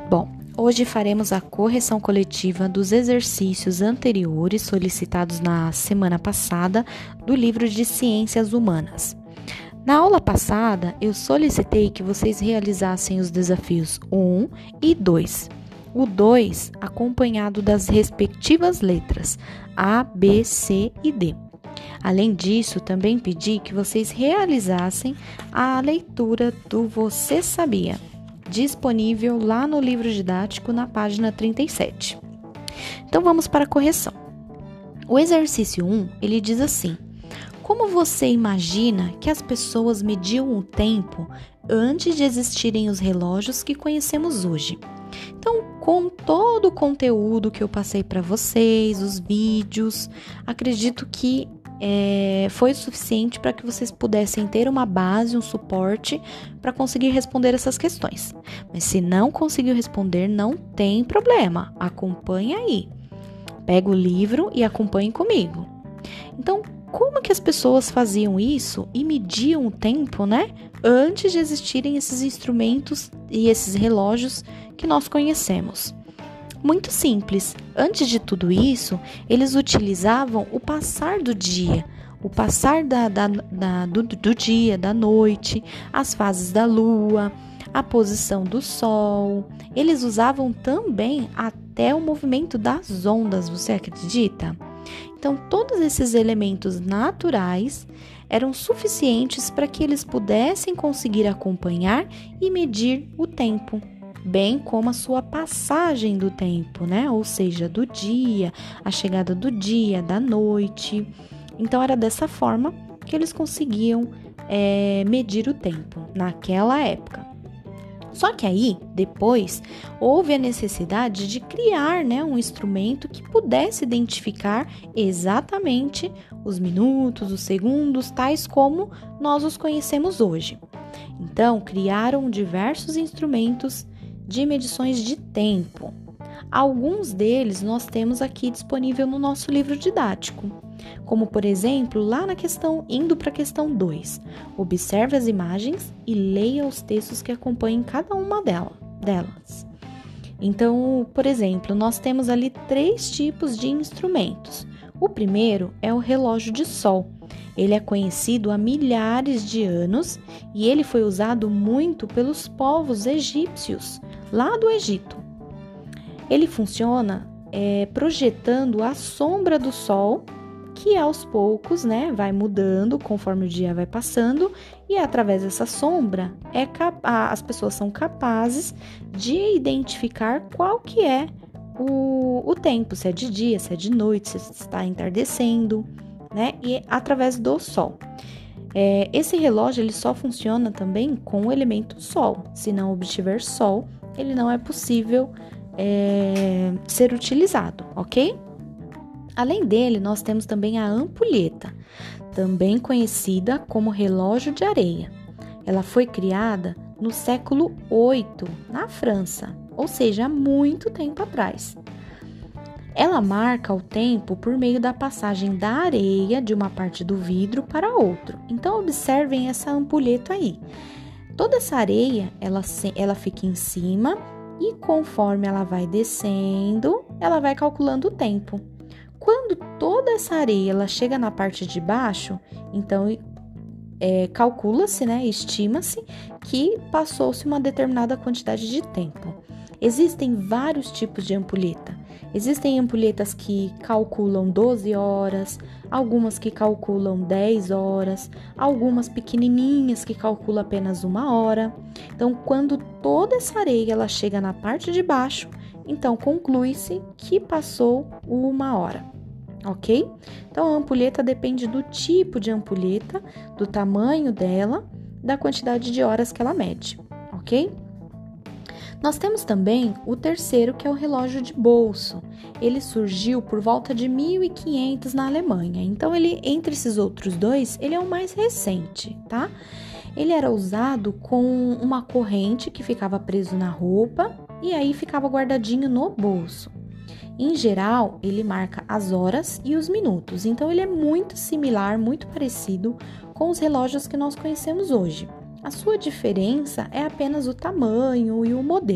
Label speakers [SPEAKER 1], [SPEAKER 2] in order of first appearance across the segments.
[SPEAKER 1] Bom, hoje faremos a correção coletiva dos exercícios anteriores solicitados na semana passada do livro de Ciências Humanas. Na aula passada, eu solicitei que vocês realizassem os desafios 1 e 2. O 2 acompanhado das respectivas letras A, B, C e D. Além disso, também pedi que vocês realizassem a leitura do Você Sabia, disponível lá no livro didático na página 37. Então vamos para a correção. O exercício 1, ele diz assim: como você imagina que as pessoas mediam o tempo antes de existirem os relógios que conhecemos hoje? Então, com todo o conteúdo que eu passei para vocês, os vídeos, acredito que foi suficiente para que vocês pudessem ter uma base, um suporte para conseguir responder essas questões. Mas se não conseguiu responder, não tem problema, acompanhe aí. Pega o livro e acompanhe comigo. Então, como que as pessoas faziam isso e mediam o tempo, né? Antes de existirem esses instrumentos e esses relógios que nós conhecemos. Muito simples. Antes de tudo isso, eles utilizavam o passar do dia, o passar do dia, da noite, as fases da lua, a posição do sol. Eles usavam também até o movimento das ondas, você acredita? Então, todos esses elementos naturais eram suficientes para que eles pudessem conseguir acompanhar e medir o tempo, bem como a sua passagem do tempo, né? Ou seja, do dia, a chegada do dia, da noite. Então, era dessa forma que eles conseguiam medir o tempo naquela época. Só que aí, depois, houve a necessidade de criar, né, um instrumento que pudesse identificar exatamente os minutos, os segundos, tais como nós os conhecemos hoje. Então, criaram diversos instrumentos de medições de tempo. Alguns deles nós temos aqui disponível no nosso livro didático, como por exemplo, lá na questão, indo para a questão 2. Observe as imagens e leia os textos que acompanhem cada uma delas. Então, por exemplo, nós temos ali 3 tipos de instrumentos. O primeiro é o relógio de sol. Ele é conhecido há milhares de anos e ele foi usado muito pelos povos egípcios, lá do Egito. Ele funciona projetando a sombra do sol, que aos poucos, né, vai mudando conforme o dia vai passando, e através dessa sombra as pessoas são capazes de identificar qual que é o tempo, se é de dia, se é de noite, se está entardecendo, né, e através do sol. Esse relógio ele só funciona também com o elemento sol. Se não obtiver sol, ele não é possível ser utilizado, ok? Além dele, nós temos também a ampulheta, também conhecida como relógio de areia. Ela foi criada no século VIII, na França, ou seja, há muito tempo atrás. Ela marca o tempo por meio da passagem da areia de uma parte do vidro para outra. Então, observem essa ampulheta aí. Toda essa areia, ela fica em cima e conforme ela vai descendo, ela vai calculando o tempo. Quando toda essa areia ela chega na parte de baixo, então calcula-se, né, estima-se que passou-se uma determinada quantidade de tempo. Existem vários tipos de ampulheta. Existem ampulhetas que calculam 12 horas, algumas que calculam 10 horas, algumas pequenininhas que calculam apenas 1 hora. Então, quando toda essa areia ela chega na parte de baixo, então conclui-se que passou 1 hora, ok? Então, a ampulheta depende do tipo de ampulheta, do tamanho dela, da quantidade de horas que ela mede, ok? Nós temos também o terceiro, que é o relógio de bolso. Ele surgiu por volta de 1500 na Alemanha. Então, entre esses outros dois, ele é o mais recente, tá? Ele era usado com uma corrente que ficava preso na roupa e aí ficava guardadinho no bolso. Em geral, ele marca as horas e os minutos. Então, ele é muito similar, muito parecido com os relógios que nós conhecemos hoje. A sua diferença é apenas o tamanho e o modelo,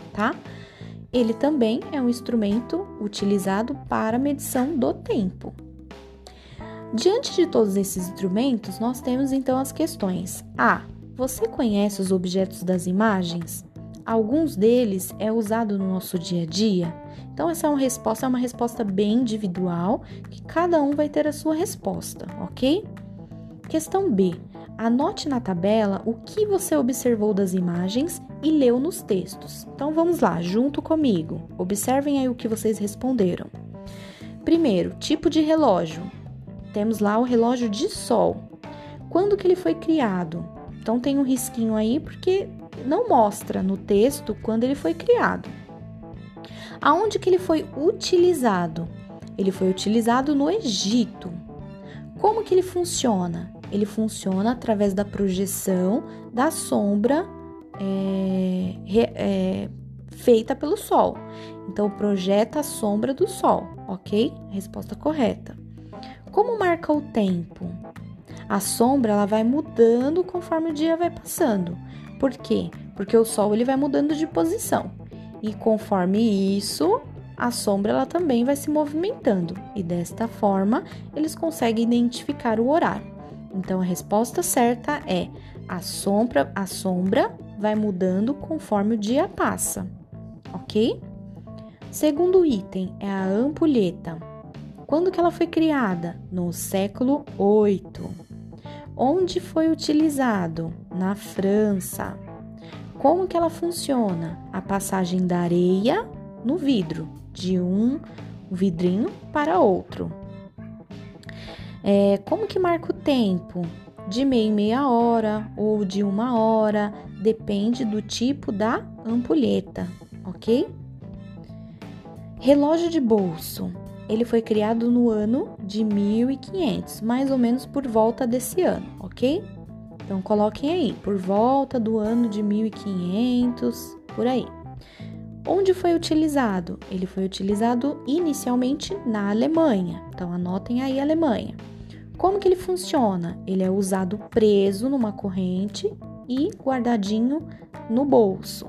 [SPEAKER 1] tá? Ele também é um instrumento utilizado para medição do tempo. Diante de todos esses instrumentos, nós temos então as questões. A. Você conhece os objetos das imagens? Alguns deles é usado no nosso dia a dia? Então, essa é uma resposta bem individual, que cada um vai ter a sua resposta, ok? Questão B. Anote na tabela o que você observou das imagens e leu nos textos. Então, vamos lá, junto comigo. Observem aí o que vocês responderam. Primeiro, tipo de relógio. Temos lá o relógio de sol. Quando que ele foi criado? Então, tem um risquinho aí porque não mostra no texto quando ele foi criado. Aonde que ele foi utilizado? Ele foi utilizado no Egito. Como que ele funciona? Ele funciona através da projeção da sombra feita pelo Sol. Então, projeta a sombra do Sol, ok? Resposta correta. Como marca o tempo? A sombra ela vai mudando conforme o dia vai passando. Por quê? Porque o Sol ele vai mudando de posição. E conforme isso, a sombra ela também vai se movimentando. E desta forma, eles conseguem identificar o horário. Então, a resposta certa é a sombra vai mudando conforme o dia passa, ok? Segundo item é a ampulheta. Quando que ela foi criada? No século VIII. Onde foi utilizado? Na França. Como que ela funciona? A passagem da areia no vidro, de um vidrinho para outro. Como que marca o tempo? De meia em meia hora ou de 1 hora, depende do tipo da ampulheta, ok? Relógio de bolso. Ele foi criado no ano de 1500, mais ou menos por volta desse ano, ok? Então, coloquem aí, por volta do ano de 1500, por aí. Onde foi utilizado? Ele foi utilizado inicialmente na Alemanha. Então, anotem aí Alemanha. Como que ele funciona? Ele é usado preso numa corrente e guardadinho no bolso.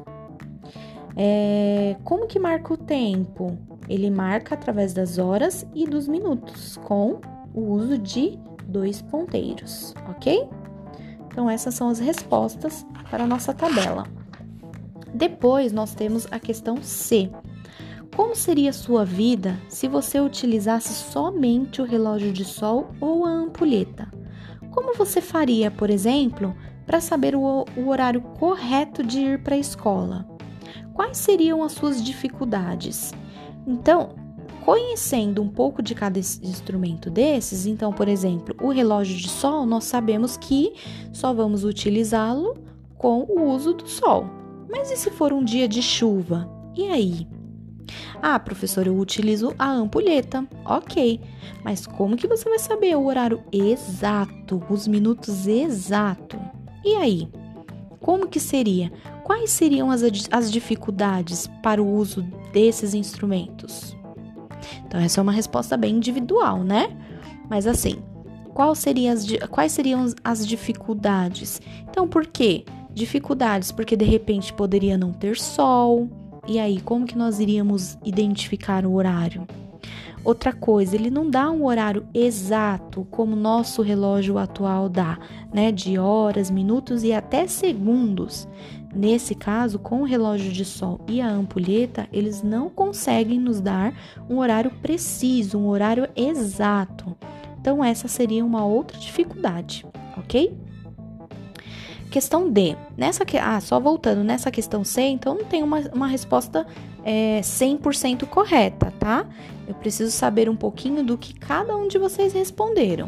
[SPEAKER 1] Como que marca o tempo? Ele marca através das horas e dos minutos, com o uso de 2 ponteiros, ok? Então, essas são as respostas para a nossa tabela. Depois, nós temos a questão C. Como seria a sua vida se você utilizasse somente o relógio de sol ou a ampulheta? Como você faria, por exemplo, para saber o horário correto de ir para a escola? Quais seriam as suas dificuldades? Então, conhecendo um pouco de cada instrumento desses, então, por exemplo, o relógio de sol, nós sabemos que só vamos utilizá-lo com o uso do sol. Mas e se for um dia de chuva? E aí? Ah, professor, eu utilizo a ampulheta. Ok, mas como que você vai saber o horário exato, os minutos exatos? E aí? Como que seria? Quais seriam as dificuldades para o uso desses instrumentos? Então, essa é uma resposta bem individual, né? Mas assim, quais seriam as dificuldades? Então, por quê? Dificuldades porque de repente poderia não ter sol. E aí, como que nós iríamos identificar o horário? Outra coisa, ele não dá um horário exato como o nosso relógio atual dá, né? De horas, minutos e até segundos. Nesse caso, com o relógio de sol e a ampulheta, eles não conseguem nos dar um horário preciso, um horário exato. Então, essa seria uma outra dificuldade, ok? Questão D. Só voltando, nessa questão C, então não tem uma resposta 100% correta, tá? Eu preciso saber um pouquinho do que cada um de vocês responderam.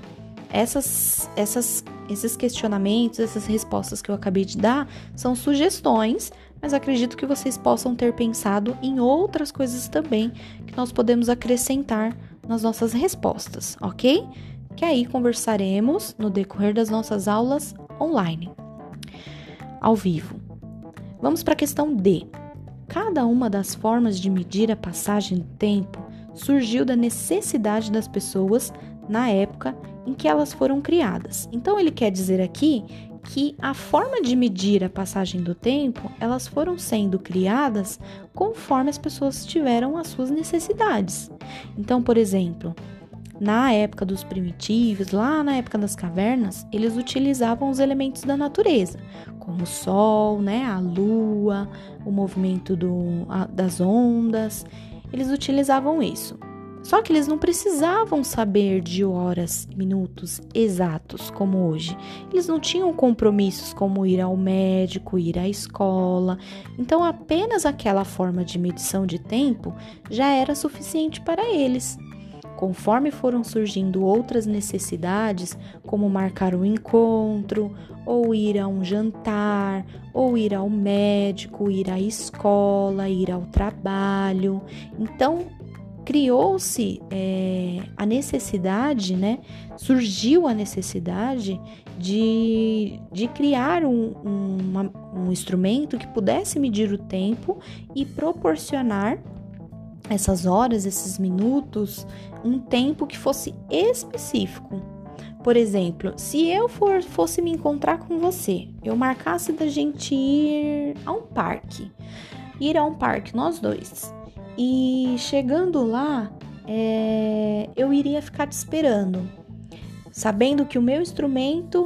[SPEAKER 1] Esses questionamentos, essas respostas que eu acabei de dar, são sugestões, mas acredito que vocês possam ter pensado em outras coisas também que nós podemos acrescentar nas nossas respostas, ok? Que aí conversaremos no decorrer das nossas aulas online, ao vivo. Vamos para a questão D. Cada uma das formas de medir a passagem do tempo surgiu da necessidade das pessoas na época em que elas foram criadas. Então, ele quer dizer aqui que a forma de medir a passagem do tempo, elas foram sendo criadas conforme as pessoas tiveram as suas necessidades. Então, por exemplo, na época dos primitivos, lá na época das cavernas, eles utilizavam os elementos da natureza, como o sol, né, a lua, o movimento das ondas. Eles utilizavam isso. Só que eles não precisavam saber de horas, minutos exatos, como hoje. Eles não tinham compromissos como ir ao médico, ir à escola. Então, apenas aquela forma de medição de tempo já era suficiente para eles. Conforme foram surgindo outras necessidades, como marcar um encontro, ou ir a um jantar, ou ir ao médico, ir à escola, ir ao trabalho. Então, criou-se a necessidade, né? Surgiu a necessidade de criar um instrumento que pudesse medir o tempo e proporcionar essas horas, esses minutos, um tempo que fosse específico. Por exemplo, se eu fosse me encontrar com você, eu marcasse da gente ir a um parque, nós dois. E chegando lá, eu iria ficar te esperando, sabendo que o meu instrumento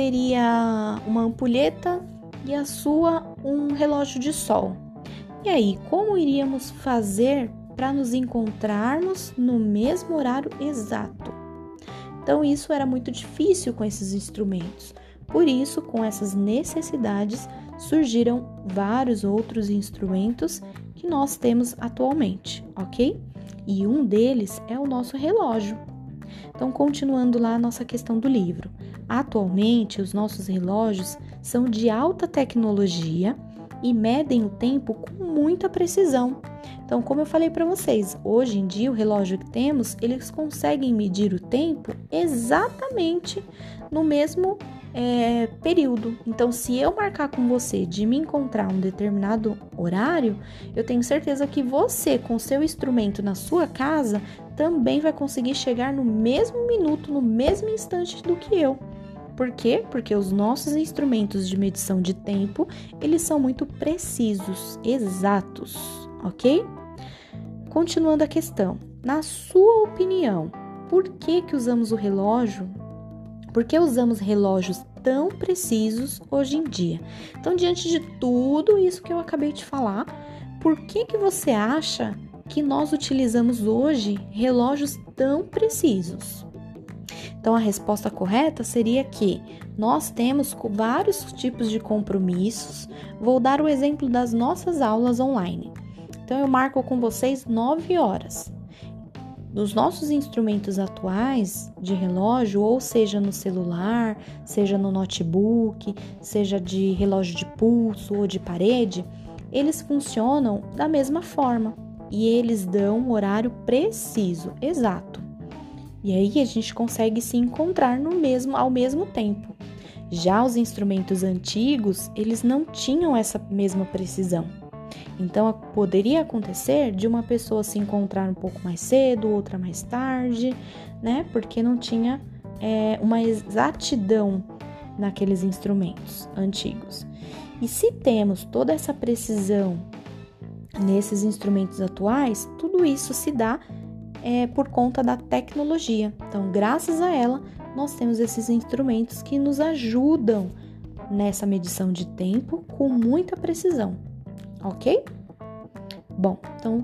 [SPEAKER 1] seria uma ampulheta e a sua um relógio de sol. E aí, como iríamos fazer para nos encontrarmos no mesmo horário exato? Então, isso era muito difícil com esses instrumentos. Por isso, com essas necessidades, surgiram vários outros instrumentos que nós temos atualmente, ok? E um deles é o nosso relógio. Então, continuando lá a nossa questão do livro. Atualmente, os nossos relógios são de alta tecnologia e medem o tempo com muita precisão. Então, como eu falei para vocês, hoje em dia o relógio que temos, eles conseguem medir o tempo exatamente no mesmo período. Então, se eu marcar com você de me encontrar um determinado horário, eu tenho certeza que você, com seu instrumento na sua casa, também vai conseguir chegar no mesmo minuto, no mesmo instante do que eu. Por quê? Porque os nossos instrumentos de medição de tempo, eles são muito precisos, exatos, ok? Continuando a questão, na sua opinião, por que usamos o relógio? Por que usamos relógios tão precisos hoje em dia? Então, diante de tudo isso que eu acabei de falar, por que você acha que nós utilizamos hoje relógios tão precisos? Então, a resposta correta seria que nós temos vários tipos de compromissos. Vou dar o exemplo das nossas aulas online. Então, eu marco com vocês 9 horas. Nos nossos instrumentos atuais de relógio, ou seja no celular, seja no notebook, seja de relógio de pulso ou de parede, eles funcionam da mesma forma e eles dão um horário preciso, exato. E aí a gente consegue se encontrar ao mesmo tempo. Já os instrumentos antigos, eles não tinham essa mesma precisão. Então, poderia acontecer de uma pessoa se encontrar um pouco mais cedo, outra mais tarde, né? Porque não tinha uma exatidão naqueles instrumentos antigos. E se temos toda essa precisão nesses instrumentos atuais, tudo isso se dá por conta da tecnologia. Então, graças a ela, nós temos esses instrumentos que nos ajudam nessa medição de tempo com muita precisão. Ok? Bom, então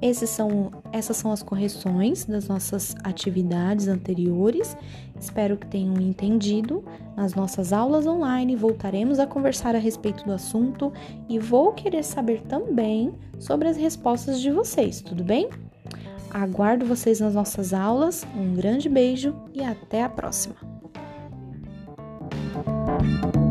[SPEAKER 1] essas são as correções das nossas atividades anteriores. Espero que tenham entendido. Nas nossas aulas online voltaremos a conversar a respeito do assunto e vou querer saber também sobre as respostas de vocês, tudo bem? Aguardo vocês nas nossas aulas. Um grande beijo e até a próxima!